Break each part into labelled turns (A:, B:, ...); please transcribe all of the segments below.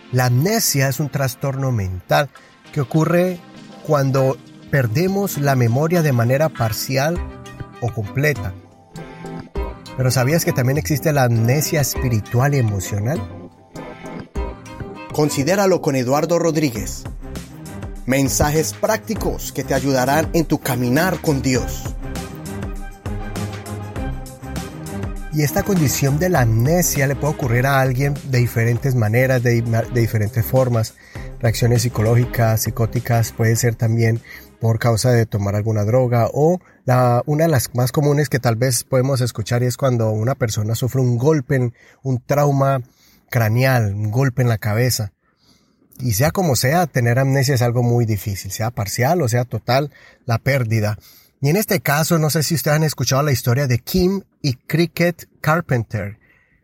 A: La amnesia es un trastorno mental que ocurre cuando perdemos la memoria de manera parcial o completa. Pero ¿sabías que también existe la amnesia espiritual y emocional?
B: Considéralo con Eduardo Rodríguez. Mensajes prácticos que te ayudarán en tu caminar con Dios.
A: Y esta condición de la amnesia le puede ocurrir a alguien de diferentes maneras, de diferentes formas. Reacciones psicológicas, psicóticas, puede ser también por causa de tomar alguna droga o una de las más comunes que tal vez podemos escuchar es cuando una persona sufre un golpe, un trauma craneal, un golpe en la cabeza. Y sea como sea, tener amnesia es algo muy difícil, sea parcial o sea total, la pérdida. Y en este caso, no sé si ustedes han escuchado la historia de Kim y Cricket Carpenter.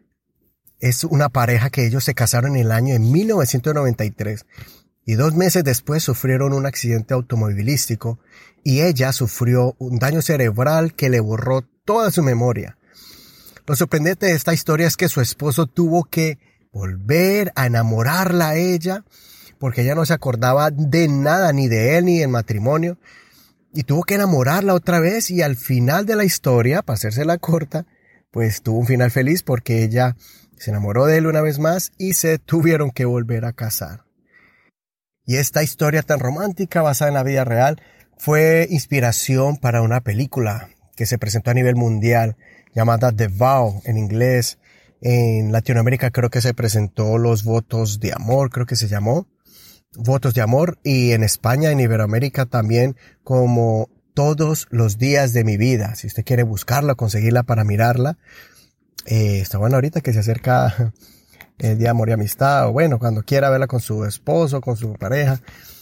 A: Es una pareja que ellos se casaron en el año de 1993 y 2 meses después sufrieron un accidente automovilístico y ella sufrió un daño cerebral que le borró toda su memoria. Lo sorprendente de esta historia es que su esposo tuvo que volver a enamorarla a ella porque ella no se acordaba de nada, ni de él ni del matrimonio. Y tuvo que enamorarla otra vez y al final de la historia, para hacérsela corta, pues tuvo un final feliz porque ella se enamoró de él una vez más y se tuvieron que volver a casar. Y esta historia tan romántica basada en la vida real fue inspiración para una película que se presentó a nivel mundial llamada The Vow en inglés. En Latinoamérica creo que se presentó Los Votos de Amor, creo que se llamó. Votos de Amor, y en España, en Iberoamérica también como Todos los días de mi vida. Si usted quiere buscarla, conseguirla para mirarla, está bueno ahorita que se acerca el Día de Amor y Amistad, o bueno, cuando quiera verla con su esposo, con su pareja.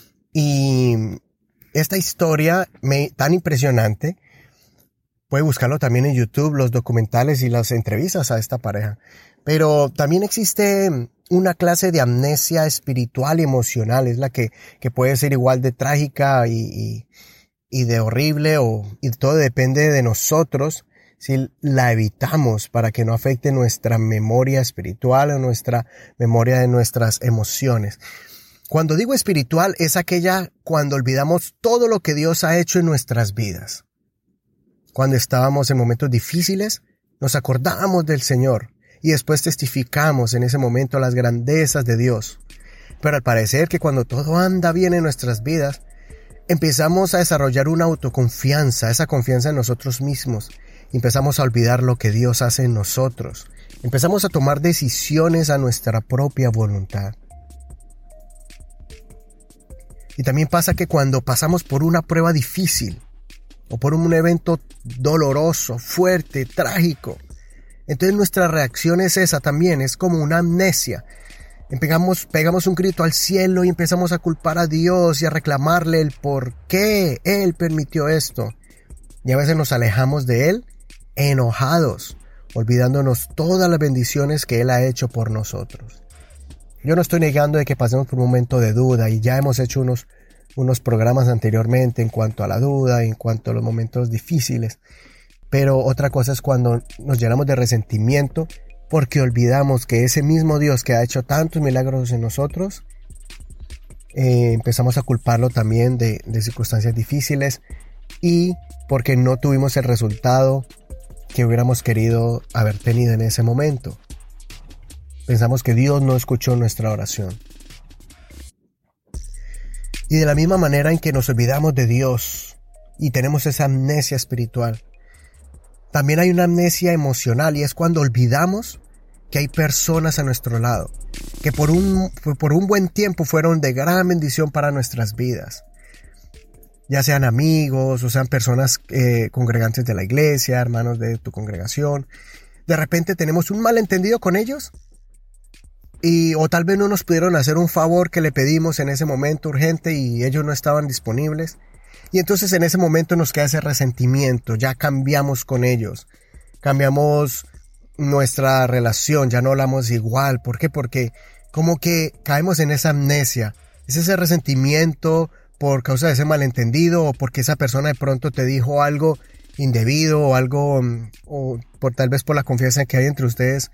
A: Y esta historia tan impresionante, puede buscarlo también en YouTube, los documentales y las entrevistas a esta pareja. Pero también existe una clase de amnesia espiritual y emocional, es la que puede ser igual de trágica y de horrible, y todo depende de nosotros si la evitamos para que no afecte nuestra memoria espiritual o nuestra memoria de nuestras emociones. Cuando digo espiritual es aquella cuando olvidamos todo lo que Dios ha hecho en nuestras vidas. Cuando estábamos en momentos difíciles, nos acordábamos del Señor. Y después testificamos en ese momento las grandezas de Dios. Pero al parecer que cuando todo anda bien en nuestras vidas, empezamos a desarrollar una autoconfianza, esa confianza en nosotros mismos. Empezamos a olvidar lo que Dios hace en nosotros. Empezamos a tomar decisiones a nuestra propia voluntad. Y también pasa que cuando pasamos por una prueba difícil, o por un evento doloroso, fuerte, trágico, entonces nuestra reacción es esa también, es como una amnesia. Pegamos un grito al cielo y empezamos a culpar a Dios y a reclamarle el por qué Él permitió esto. Y a veces nos alejamos de Él enojados, olvidándonos todas las bendiciones que Él ha hecho por nosotros. Yo no estoy negando de que pasemos por un momento de duda y ya hemos hecho unos programas anteriormente en cuanto a la duda, en cuanto a los momentos difíciles. Pero otra cosa es cuando nos llenamos de resentimiento porque olvidamos que ese mismo Dios que ha hecho tantos milagros en nosotros, empezamos a culparlo también de circunstancias difíciles y porque no tuvimos el resultado que hubiéramos querido haber tenido en ese momento. Pensamos que Dios no escuchó nuestra oración. Y de la misma manera en que nos olvidamos de Dios y tenemos esa amnesia espiritual, también hay una amnesia emocional y es cuando olvidamos que hay personas a nuestro lado, que por un buen tiempo fueron de gran bendición para nuestras vidas. Ya sean amigos o sean personas congregantes de la iglesia, hermanos de tu congregación. De repente tenemos un malentendido con ellos o tal vez no nos pudieron hacer un favor que le pedimos en ese momento urgente y ellos no estaban disponibles. Y entonces en ese momento nos queda ese resentimiento, ya cambiamos con ellos, cambiamos nuestra relación, ya no hablamos igual. ¿Por qué? Porque como que caemos en esa amnesia, es ese resentimiento por causa de ese malentendido o porque esa persona de pronto te dijo algo indebido o algo, o tal vez por la confianza que hay entre ustedes,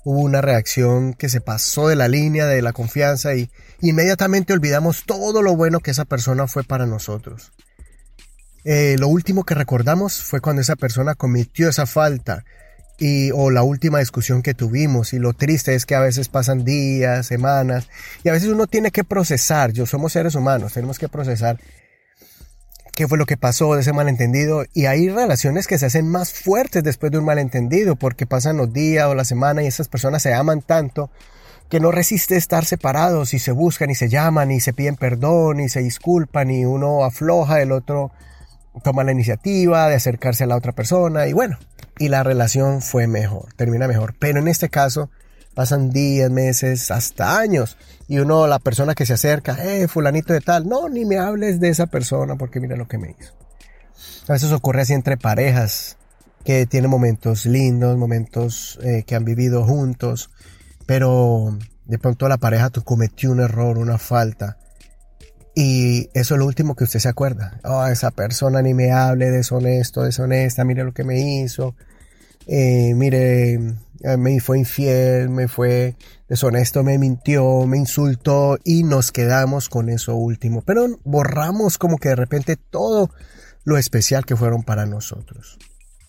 A: hubo una reacción que se pasó de la línea de la confianza y inmediatamente olvidamos todo lo bueno que esa persona fue para nosotros. Lo último que recordamos fue cuando esa persona cometió esa falta o la última discusión que tuvimos, y lo triste es que a veces pasan días, semanas, y a veces uno tiene que procesar. Somos seres humanos, tenemos que procesar qué fue lo que pasó de ese malentendido, y hay relaciones que se hacen más fuertes después de un malentendido porque pasan los días o la semana y esas personas se aman tanto que no resiste estar separados y se buscan y se llaman y se piden perdón y se disculpan, y uno afloja, el otro toma la iniciativa de acercarse a la otra persona y bueno, y la relación fue mejor, termina mejor. Pero en este caso pasan días, meses, hasta años, y la persona que se acerca, fulanito de tal, no, ni me hables de esa persona porque mira lo que me hizo. A veces ocurre así entre parejas que tienen momentos lindos, momentos que han vivido juntos, pero de pronto la pareja cometió un error, una falta, y eso es lo último que usted se acuerda. Esa persona ni me hable, deshonesto, deshonesta, mire lo que me hizo, me fue infiel, me fue deshonesto, me mintió, me insultó, y nos quedamos con eso último. Pero borramos como que de repente todo lo especial que fueron para nosotros.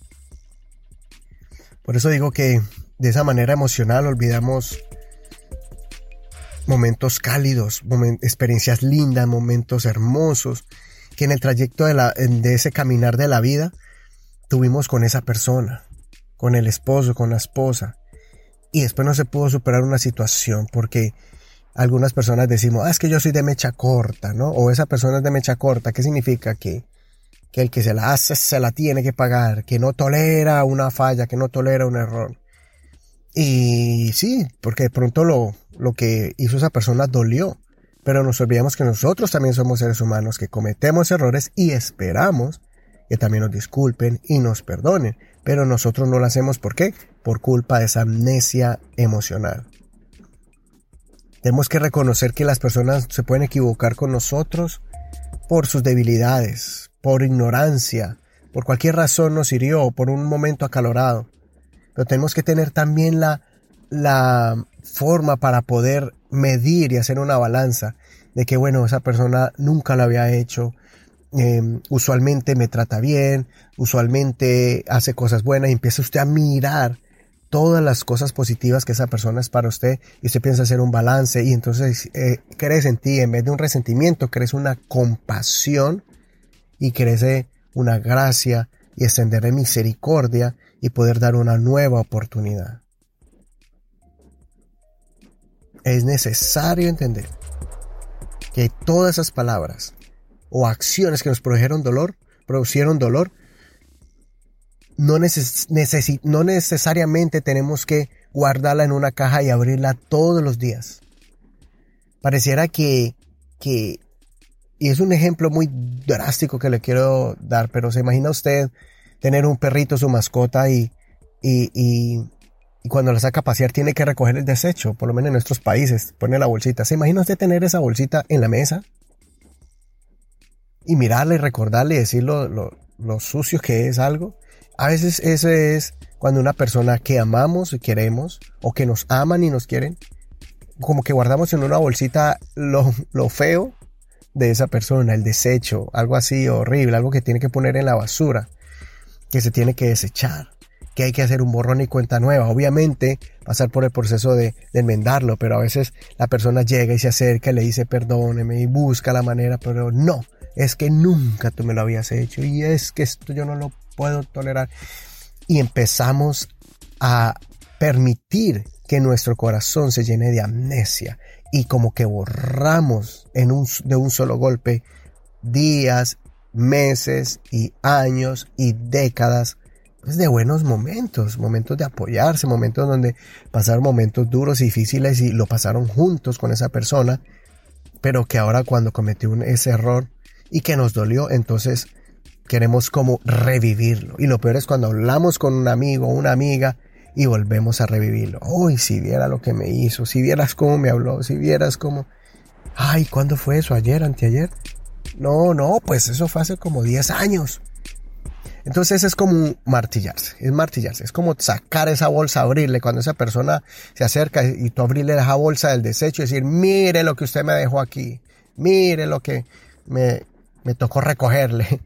A: Por eso digo que de esa manera emocional olvidamos momentos cálidos, experiencias lindas, momentos hermosos que en el trayecto de ese caminar de la vida tuvimos con esa persona, con el esposo, con la esposa, y después no se pudo superar una situación porque algunas personas decimos, es que yo soy de mecha corta, ¿no? O esa persona es de mecha corta. ¿Qué significa? Que el que se la hace se la tiene que pagar, que no tolera una falla, que no tolera un error. Y sí, porque de pronto lo que hizo esa persona dolió, pero nos olvidamos que nosotros también somos seres humanos que cometemos errores y esperamos que también nos disculpen y nos perdonen, pero nosotros no lo hacemos. ¿Por qué? Por culpa de esa amnesia emocional. Tenemos que reconocer que las personas se pueden equivocar con nosotros por sus debilidades, por ignorancia, por cualquier razón nos hirió, por un momento acalorado. Pero tenemos que tener también la forma para poder medir y hacer una balanza de que, bueno, esa persona nunca lo había hecho, usualmente me trata bien, usualmente hace cosas buenas, y empieza usted a mirar todas las cosas positivas que esa persona es para usted, y usted piensa hacer un balance, y entonces crece en ti, en vez de un resentimiento, crece una compasión y crece una gracia y extender de misericordia y poder dar una nueva oportunidad. Es necesario entender que todas esas palabras o acciones que nos producieron dolor, no necesariamente tenemos que guardarla en una caja y abrirla todos los días. Pareciera que y es un ejemplo muy drástico que le quiero dar, pero se imagina usted tener un perrito, su mascota, y cuando la saca a pasear tiene que recoger el desecho, por lo menos en nuestros países, pone la bolsita. ¿Se imagina usted tener esa bolsita en la mesa? Y mirarla y recordarle y decir lo sucio que es algo. A veces eso es cuando una persona que amamos y queremos, o que nos aman y nos quieren, como que guardamos en una bolsita lo feo de esa persona, el desecho, algo así horrible, algo que tiene que poner en la basura, que se tiene que desechar, que hay que hacer un borrón y cuenta nueva. Obviamente pasar por el proceso de enmendarlo, pero a veces la persona llega y se acerca y le dice perdóneme y busca la manera, pero no, es que nunca tú me lo habías hecho y es que esto yo no lo puedo tolerar, y empezamos a permitir que nuestro corazón se llene de amnesia y como que borramos de un solo golpe días, meses y años y décadas de buenos momentos de apoyarse, momentos donde pasaron momentos duros y difíciles y lo pasaron juntos con esa persona, pero que ahora cuando cometió ese error y que nos dolió, entonces queremos como revivirlo. Y lo peor es cuando hablamos con un amigo o una amiga y volvemos a revivirlo. Uy, si viera lo que me hizo, si vieras cómo me habló, si vieras cómo... Ay, ¿cuándo fue eso? ¿Ayer? ¿Anteayer? No, pues eso fue hace como 10 años. Entonces es como martillarse, es como sacar esa bolsa, abrirle, cuando esa persona se acerca y tú abrirle esa bolsa del desecho y decir, mire lo que usted me dejó aquí, mire lo que me tocó recogerle,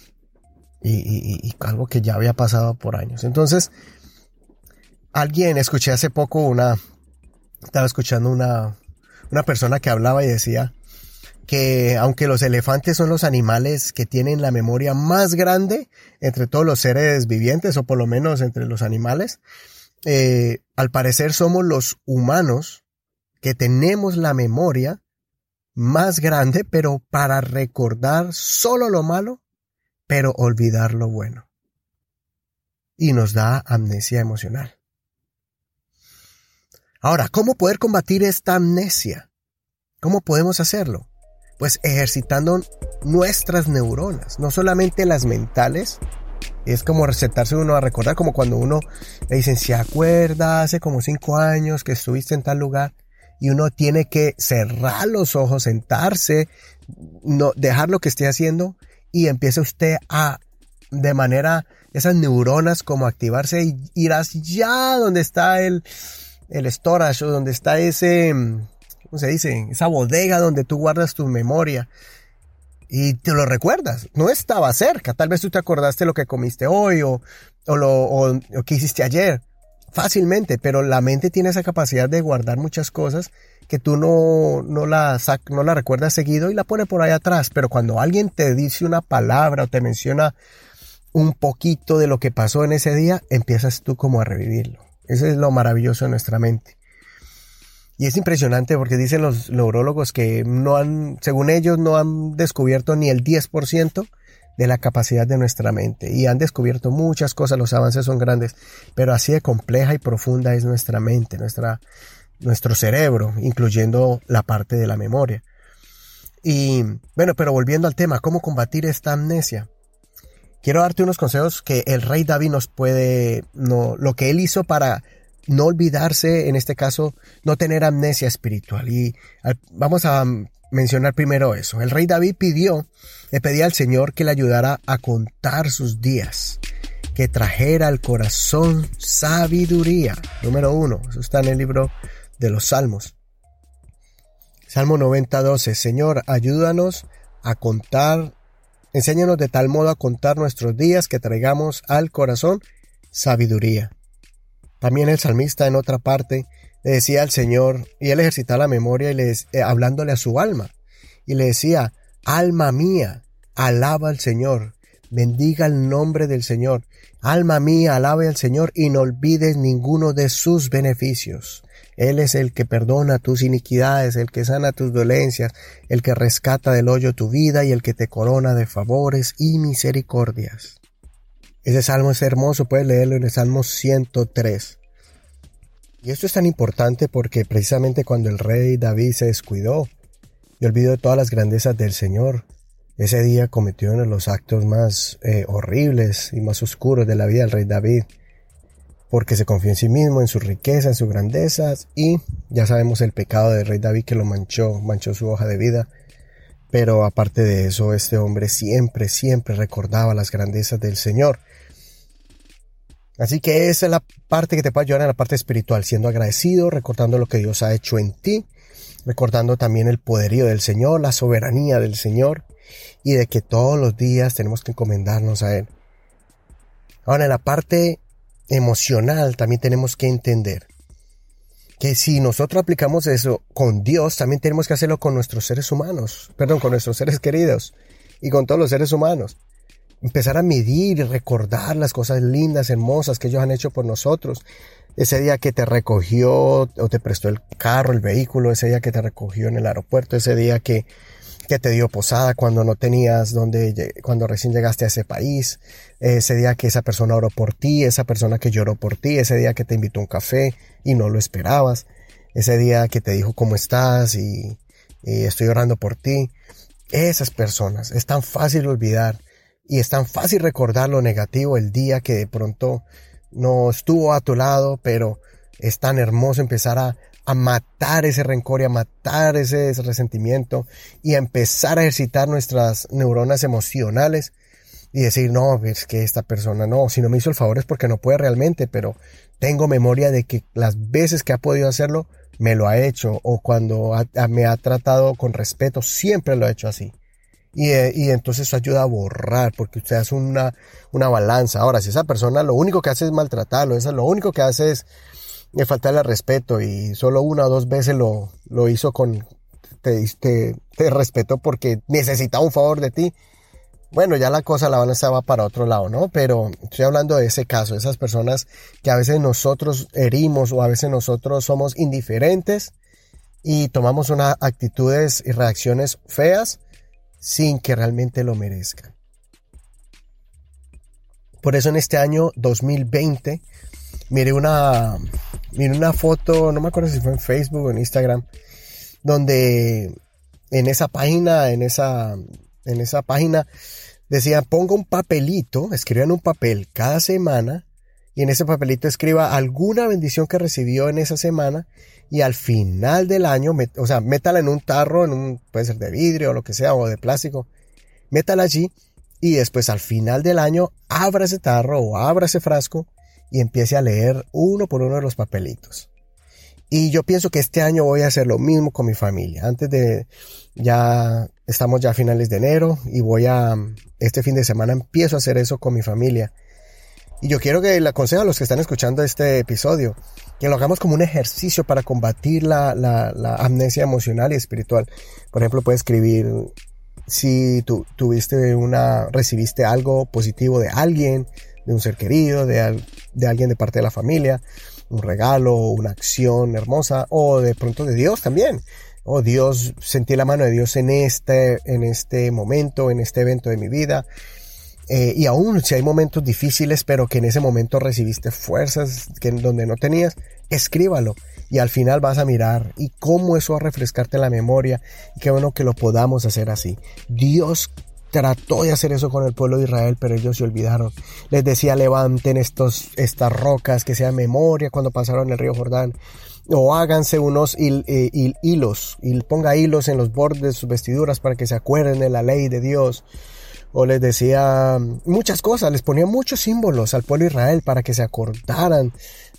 A: y algo que ya había pasado por años. Entonces, escuché hace poco estaba escuchando una persona que hablaba y decía que aunque los elefantes son los animales que tienen la memoria más grande entre todos los seres vivientes, o por lo menos entre los animales, al parecer somos los humanos que tenemos la memoria más grande, pero para recordar solo lo malo, pero olvidar lo bueno. Y nos da amnesia emocional. Ahora, ¿cómo poder combatir esta amnesia? ¿Cómo podemos hacerlo? Pues ejercitando nuestras neuronas, no solamente las mentales. Es como recetarse uno a recordar, como cuando uno le dicen, ¿se acuerda hace como 5 años que estuviste en tal lugar? Y uno tiene que cerrar los ojos, sentarse, no dejar lo que esté haciendo, y empieza usted de manera, esas neuronas como activarse y ir allá donde está el storage, o donde está ese, ¿cómo se dice? Esa bodega donde tú guardas tu memoria. Y te lo recuerdas. No estaba cerca. Tal vez tú te acordaste lo que comiste hoy o que hiciste ayer. Fácilmente. Pero la mente tiene esa capacidad de guardar muchas cosas que tú no la recuerdas seguido y la pone por ahí atrás. Pero cuando alguien te dice una palabra o te menciona un poquito de lo que pasó en ese día, empiezas tú como a revivirlo. Eso es lo maravilloso de nuestra mente. Y es impresionante porque dicen los neurólogos que según ellos, no han descubierto ni el 10% de la capacidad de nuestra mente. Y han descubierto muchas cosas, los avances son grandes, pero así de compleja y profunda es nuestra mente, nuestro cerebro, incluyendo la parte de la memoria. Y bueno, pero volviendo al tema, ¿cómo combatir esta amnesia? Quiero darte unos consejos que el rey David lo que él hizo para no olvidarse, en este caso, no tener amnesia espiritual. Y vamos a mencionar primero eso. El rey David le pedía al Señor que le ayudara a contar sus días, que trajera al corazón sabiduría. Número 1, eso está en el libro de los Salmos. Salmo 90:12. Señor, ayúdanos a contar, enséñanos de tal modo a contar nuestros días que traigamos al corazón sabiduría. También el salmista en otra parte le decía al Señor, y él ejercitaba la memoria hablándole a su alma, y le decía, alma mía, alaba al Señor, bendiga el nombre del Señor, alma mía, alabe al Señor y no olvides ninguno de sus beneficios. Él es el que perdona tus iniquidades, el que sana tus dolencias, el que rescata del hoyo tu vida y el que te corona de favores y misericordias. Ese salmo es hermoso, puedes leerlo en el Salmo 103. Y esto es tan importante porque precisamente cuando el rey David se descuidó y olvidó de todas las grandezas del Señor, ese día cometió uno de los actos más horribles y más oscuros de la vida del rey David, porque se confió en sí mismo, en su riqueza, en sus grandezas, y ya sabemos el pecado del rey David que lo manchó su hoja de vida. Pero aparte de eso, este hombre siempre recordaba las grandezas del Señor. Así que esa es la parte que te puede ayudar en la parte espiritual, siendo agradecido, recordando lo que Dios ha hecho en ti, recordando también el poderío del Señor, la soberanía del Señor, y de que todos los días tenemos que encomendarnos a Él. Ahora, en la parte emocional también tenemos que entender que si nosotros aplicamos eso con Dios, también tenemos que hacerlo con nuestros seres humanos, con nuestros seres queridos y con todos los seres humanos. Empezar a medir y recordar las cosas lindas, hermosas que ellos han hecho por nosotros. Ese día que te recogió o te prestó el carro, el vehículo, ese día que te recogió en el aeropuerto, ese día que te dio posada cuando no tenías cuando recién llegaste a ese país, ese día que esa persona oró por ti, esa persona que lloró por ti, ese día que te invitó a un café y no lo esperabas, ese día que te dijo cómo estás y estoy orando por ti. Esas personas, es tan fácil olvidar y es tan fácil recordar lo negativo el día que de pronto no estuvo a tu lado, pero es tan hermoso empezar a matar ese rencor y a matar ese resentimiento y a empezar a ejercitar nuestras neuronas emocionales y decir, no, es que esta persona no, si no me hizo el favor es porque no puede realmente, pero tengo memoria de que las veces que ha podido hacerlo, me lo ha hecho, o cuando me ha tratado con respeto, siempre lo ha hecho así. Y entonces eso ayuda a borrar, porque usted hace una balanza. Ahora, si esa persona lo único que hace es maltratarlo, eso lo único que hace es faltarle al respeto, y solo una o dos veces lo hizo te respetó porque necesitaba un favor de ti, bueno, ya la balanza va para otro lado, ¿no? Pero estoy hablando de ese caso, esas personas que a veces nosotros herimos, o a veces nosotros somos indiferentes y tomamos unas actitudes y reacciones feas sin que realmente lo merezcan. Por eso en este año 2020 miré una foto, no me acuerdo si fue en Facebook o en Instagram, donde en esa página decía, ponga un papelito, escriba en un papel cada semana, y en ese papelito escriba alguna bendición que recibió en esa semana, y al final del año, métala en un tarro, puede ser de vidrio o lo que sea, o de plástico, métala allí, y después al final del año abra ese tarro o abra ese frasco y empiece a leer uno por uno de los papelitos. Y yo pienso que este año voy a hacer lo mismo con mi familia. Estamos ya a finales de enero, y este fin de semana empiezo a hacer eso con mi familia. Y yo quiero que le aconsejo a los que están escuchando este episodio, que lo hagamos como un ejercicio para combatir la amnesia emocional y espiritual. Por ejemplo, puedes escribir si recibiste algo positivo de alguien, de un ser querido, de alguien de parte de la familia, un regalo, una acción hermosa, o de pronto de Dios también. Oh Dios, sentí la mano de Dios en este momento, en este evento de mi vida. Y aún si hay momentos difíciles, pero que en ese momento recibiste fuerzas donde no tenías, escríbalo. Y al final vas a mirar y cómo eso va a refrescarte la memoria. Y qué bueno que lo podamos hacer así. Dios trató de hacer eso con el pueblo de Israel, pero ellos se olvidaron. Les decía, levanten estas rocas que sean memoria cuando pasaron el río Jordán. O háganse unos hilos, y ponga hilos en los bordes de sus vestiduras para que se acuerden de la ley de Dios. O les decía muchas cosas, les ponía muchos símbolos al pueblo de Israel para que se acordaran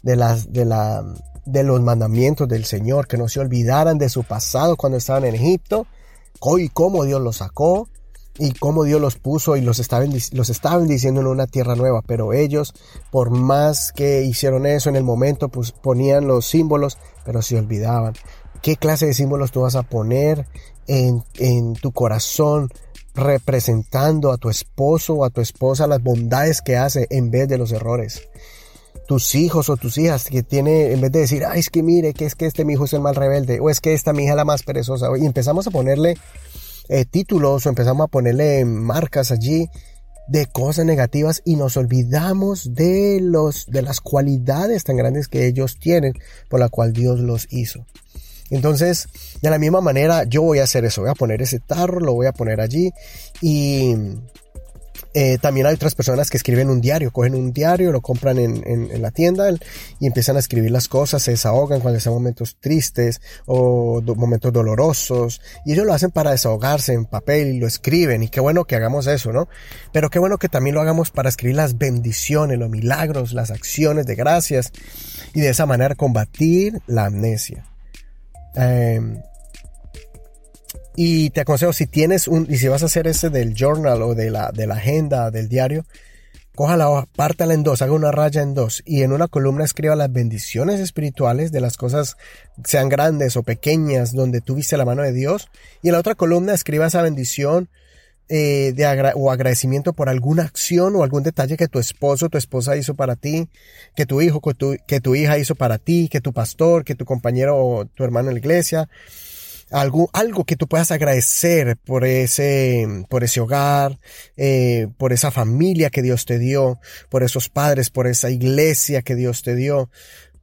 A: de los mandamientos del Señor, que no se olvidaran de su pasado cuando estaban en Egipto, y cómo Dios los sacó, y cómo Dios los puso y los estaba bendiciendo en una tierra nueva. Pero ellos, por más que hicieron eso en el momento, pues ponían los símbolos, pero se olvidaban. ¿Qué clase de símbolos tú vas a poner en tu corazón, representando a tu esposo o a tu esposa las bondades que hace en vez de los errores? Tus hijos o tus hijas que en vez de decir, ay, es que mire, que es que mi hijo es el más rebelde, o es que esta mi hija es la más perezosa, y empezamos a ponerle títulos, o empezamos a ponerle marcas allí de cosas negativas, y nos olvidamos de las cualidades tan grandes que ellos tienen, por la cual Dios los hizo. Entonces, de la misma manera, yo voy a hacer eso, voy a poner ese tarro, lo voy a poner allí. Y también hay otras personas que escriben un diario, cogen un diario, lo compran en la tienda y empiezan a escribir las cosas, se desahogan cuando están momentos tristes o momentos dolorosos, y ellos lo hacen para desahogarse en papel y lo escriben. Y qué bueno que hagamos eso, ¿no? Pero qué bueno que también lo hagamos para escribir las bendiciones, los milagros, las acciones de gracias, y de esa manera combatir la amnesia. Y te aconsejo, si vas a hacer ese del journal o de la agenda del diario, cójala, pártala en dos, haga una raya en dos, y en una columna escriba las bendiciones espirituales de las cosas, sean grandes o pequeñas, donde tú viste la mano de Dios, y en la otra columna escriba esa bendición o agradecimiento por alguna acción o algún detalle que tu esposo o tu esposa hizo para ti, que tu hijo, que tu hija hizo para ti, que tu pastor, que tu compañero o tu hermano en la iglesia. Algo que tú puedas agradecer por ese hogar, por esa familia que Dios te dio, por esos padres, por esa iglesia que Dios te dio,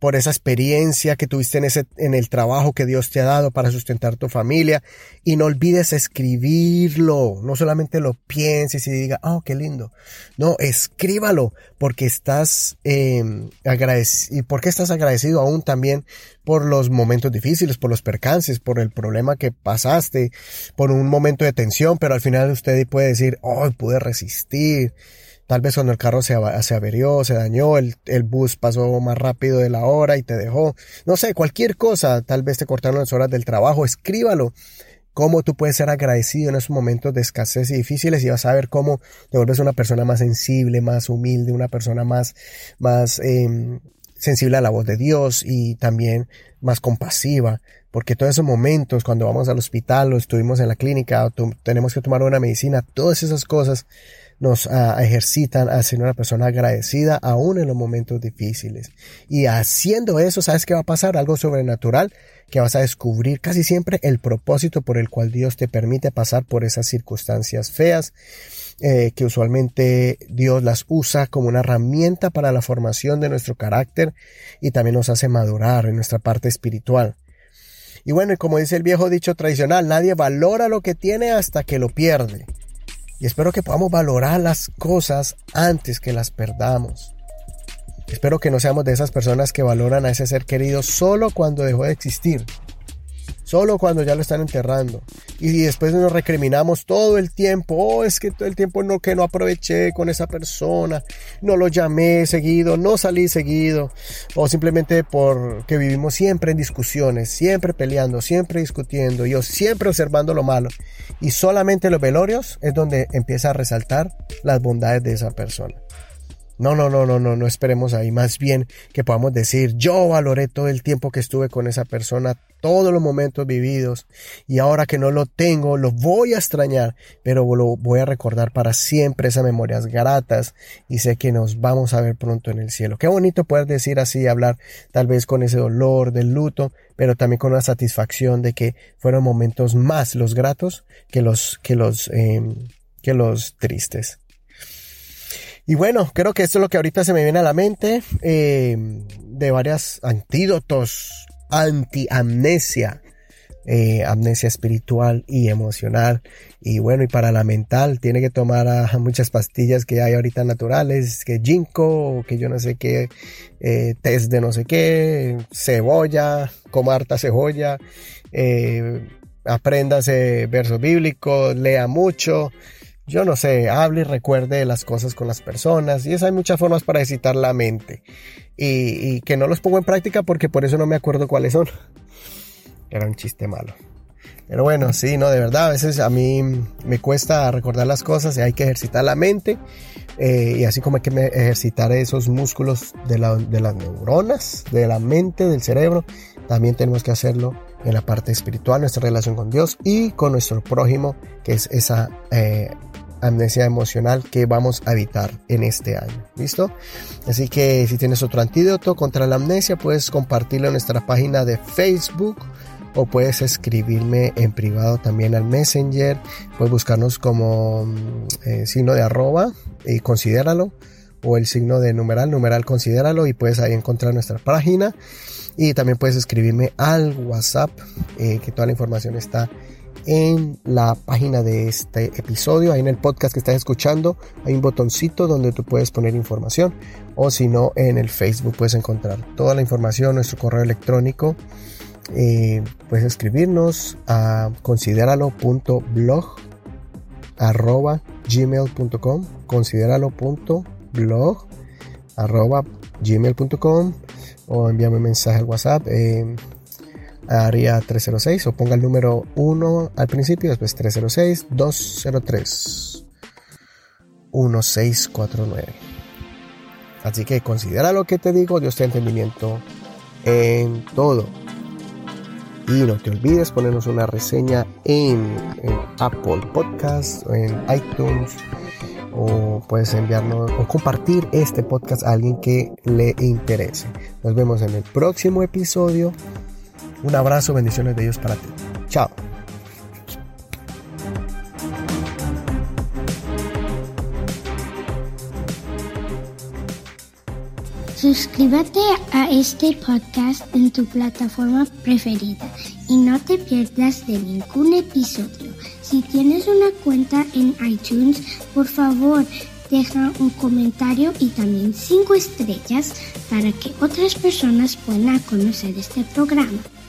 A: por esa experiencia que tuviste en el trabajo que Dios te ha dado para sustentar tu familia. Y no olvides escribirlo. No solamente lo pienses y diga, oh, qué lindo. No, escríbalo porque estás agradecido. ¿Y por qué estás agradecido aún también por los momentos difíciles, por los percances, por el problema que pasaste, por un momento de tensión? Pero al final usted puede decir, oh, pude resistir. Tal vez cuando el carro se averió, se dañó, el bus pasó más rápido de la hora y te dejó. No sé, cualquier cosa. Tal vez te cortaron las horas del trabajo. Escríbalo. Cómo tú puedes ser agradecido en esos momentos de escasez y difíciles, y vas a ver cómo te vuelves una persona más sensible, más humilde, una persona más sensible a la voz de Dios y también más compasiva. Porque todos esos momentos, cuando vamos al hospital o estuvimos en la clínica o tenemos que tomar una medicina, todas esas cosas nos ejercitan a ser una persona agradecida aún en los momentos difíciles. Y haciendo eso, ¿sabes qué va a pasar? Algo sobrenatural, que vas a descubrir casi siempre el propósito por el cual Dios te permite pasar por esas circunstancias feas, que usualmente Dios las usa como una herramienta para la formación de nuestro carácter y también nos hace madurar en nuestra parte espiritual. Y bueno, y como dice el viejo dicho tradicional, nadie valora lo que tiene hasta que lo pierde. Y espero que podamos valorar las cosas antes que las perdamos. Espero que no seamos de esas personas que valoran a ese ser querido solo cuando dejó de existir. Solo cuando ya lo están enterrando. Y después nos recriminamos todo el tiempo. Oh, es que todo el tiempo que no aproveché con esa persona. No lo llamé seguido, no salí seguido. O simplemente porque vivimos siempre en discusiones, siempre peleando, siempre discutiendo. Yo siempre observando lo malo. Y solamente en los velorios es donde empieza a resaltar las bondades de esa persona. No esperemos ahí. Más bien que podamos decir, yo valoré todo el tiempo que estuve con esa persona, todos los momentos vividos, y ahora que no lo tengo, lo voy a extrañar, pero lo voy a recordar para siempre, esas memorias gratas, y sé que nos vamos a ver pronto en el cielo. Qué bonito poder decir así, hablar tal vez con ese dolor del luto, pero también con la satisfacción de que fueron momentos más los gratos que los tristes. Y bueno, creo que esto es lo que ahorita se me viene a la mente, de varios antídotos anti-amnesia, amnesia espiritual y emocional. Y bueno, y para la mental tiene que tomar muchas pastillas que hay ahorita naturales, que ginkgo, que yo no sé qué, test de no sé qué, cebolla, coma harta cebolla, apréndase versos bíblicos, lea mucho. Yo no sé, hable y recuerde las cosas con las personas. Y hay muchas formas para ejercitar la mente. Y que no los pongo en práctica porque por eso no me acuerdo cuáles son. Era un chiste malo. Pero bueno, sí, no, de verdad, a veces a mí me cuesta recordar las cosas y hay que ejercitar la mente. Y así como hay que ejercitar esos músculos de las neuronas, de la mente, del cerebro, también tenemos que hacerlo en la parte espiritual, nuestra relación con Dios y con nuestro prójimo, que es esa amnesia emocional que vamos a evitar en este año. ¿Listo? Así que si tienes otro antídoto contra la amnesia, puedes compartirlo en nuestra página de Facebook o puedes escribirme en privado también al Messenger. Puedes buscarnos como signo de arroba y considéralo, o el signo de numeral considéralo, y puedes ahí encontrar nuestra página. Y también puedes escribirme al WhatsApp, que toda la información está en la página de este episodio. Ahí en el podcast que estás escuchando hay un botoncito donde tú puedes poner información, o si no, en el Facebook puedes encontrar toda la información, nuestro correo electrónico. Puedes escribirnos a consideralo.blog@gmail.com, consideralo.blog@gmail.com, o envíame un mensaje al WhatsApp área 306, o ponga el número 1 al principio, después 306-203-1649. Así que considera lo que te digo, Dios te da entendimiento en todo. Y no te olvides ponernos una reseña en Apple Podcasts, o en iTunes, o puedes enviarnos o compartir este podcast a alguien que le interese. Nos vemos en el próximo episodio. Un abrazo, bendiciones de Dios para ti. Chao.
C: Suscríbete a este podcast en tu plataforma preferida y no te pierdas de ningún episodio. Si tienes una cuenta en iTunes, por favor, deja un comentario y también 5 estrellas para que otras personas puedan conocer este programa.